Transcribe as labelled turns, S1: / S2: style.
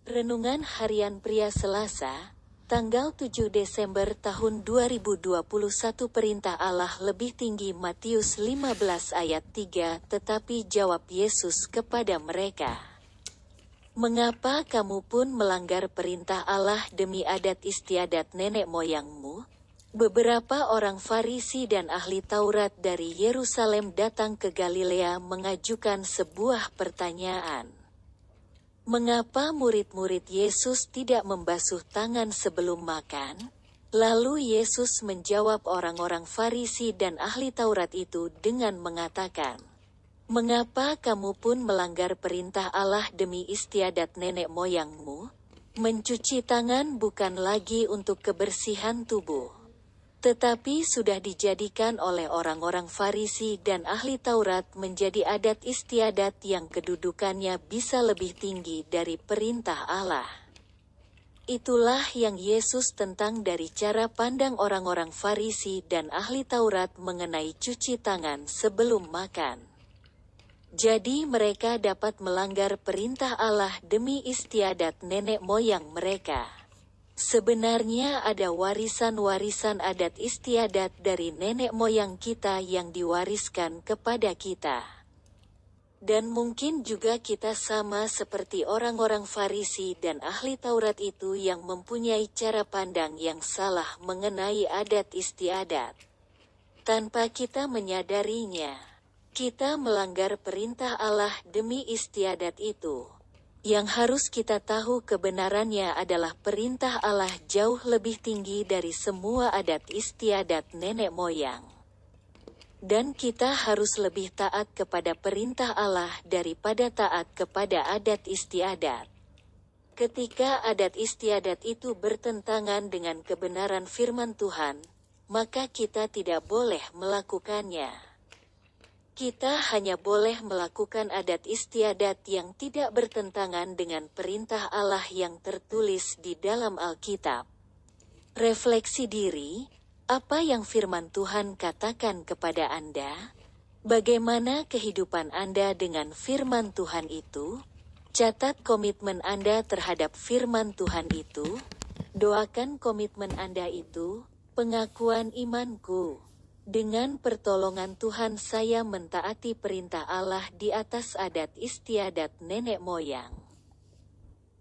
S1: Renungan Harian Pria Selasa, tanggal 7 Desember tahun 2021. Perintah Allah lebih tinggi. Matius 15 ayat 3. Tetapi jawab Yesus kepada mereka, "Mengapa kamu pun melanggar perintah Allah demi adat istiadat nenek moyangmu?" Beberapa orang Farisi dan ahli Taurat dari Yerusalem datang ke Galilea mengajukan sebuah pertanyaan. Mengapa murid-murid Yesus tidak membasuh tangan sebelum makan? Lalu Yesus menjawab orang-orang Farisi dan ahli Taurat itu dengan mengatakan, "Mengapa kamu pun melanggar perintah Allah demi istiadat nenek moyangmu? Mencuci tangan bukan lagi untuk kebersihan tubuh, tetapi sudah dijadikan oleh orang-orang Farisi dan ahli Taurat menjadi adat istiadat yang kedudukannya bisa lebih tinggi dari perintah Allah." Itulah yang Yesus tentang dari cara pandang orang-orang Farisi dan ahli Taurat mengenai cuci tangan sebelum makan. Jadi mereka dapat melanggar perintah Allah demi istiadat nenek moyang mereka. Sebenarnya ada warisan-warisan adat istiadat dari nenek moyang kita yang diwariskan kepada kita. Dan mungkin juga kita sama seperti orang-orang Farisi dan ahli Taurat itu yang mempunyai cara pandang yang salah mengenai adat istiadat. Tanpa kita menyadarinya, kita melanggar perintah Allah demi istiadat itu. Yang harus kita tahu kebenarannya adalah perintah Allah jauh lebih tinggi dari semua adat istiadat nenek moyang. Dan kita harus lebih taat kepada perintah Allah daripada taat kepada adat istiadat. Ketika adat istiadat itu bertentangan dengan kebenaran firman Tuhan, maka kita tidak boleh melakukannya. Kita hanya boleh melakukan adat istiadat yang tidak bertentangan dengan perintah Allah yang tertulis di dalam Alkitab. Refleksi diri, apa yang firman Tuhan katakan kepada Anda? Bagaimana kehidupan Anda dengan firman Tuhan itu? Catat komitmen Anda terhadap firman Tuhan itu. Doakan komitmen Anda itu, pengakuan imanku. Dengan pertolongan Tuhan saya mentaati perintah Allah di atas adat istiadat nenek moyang.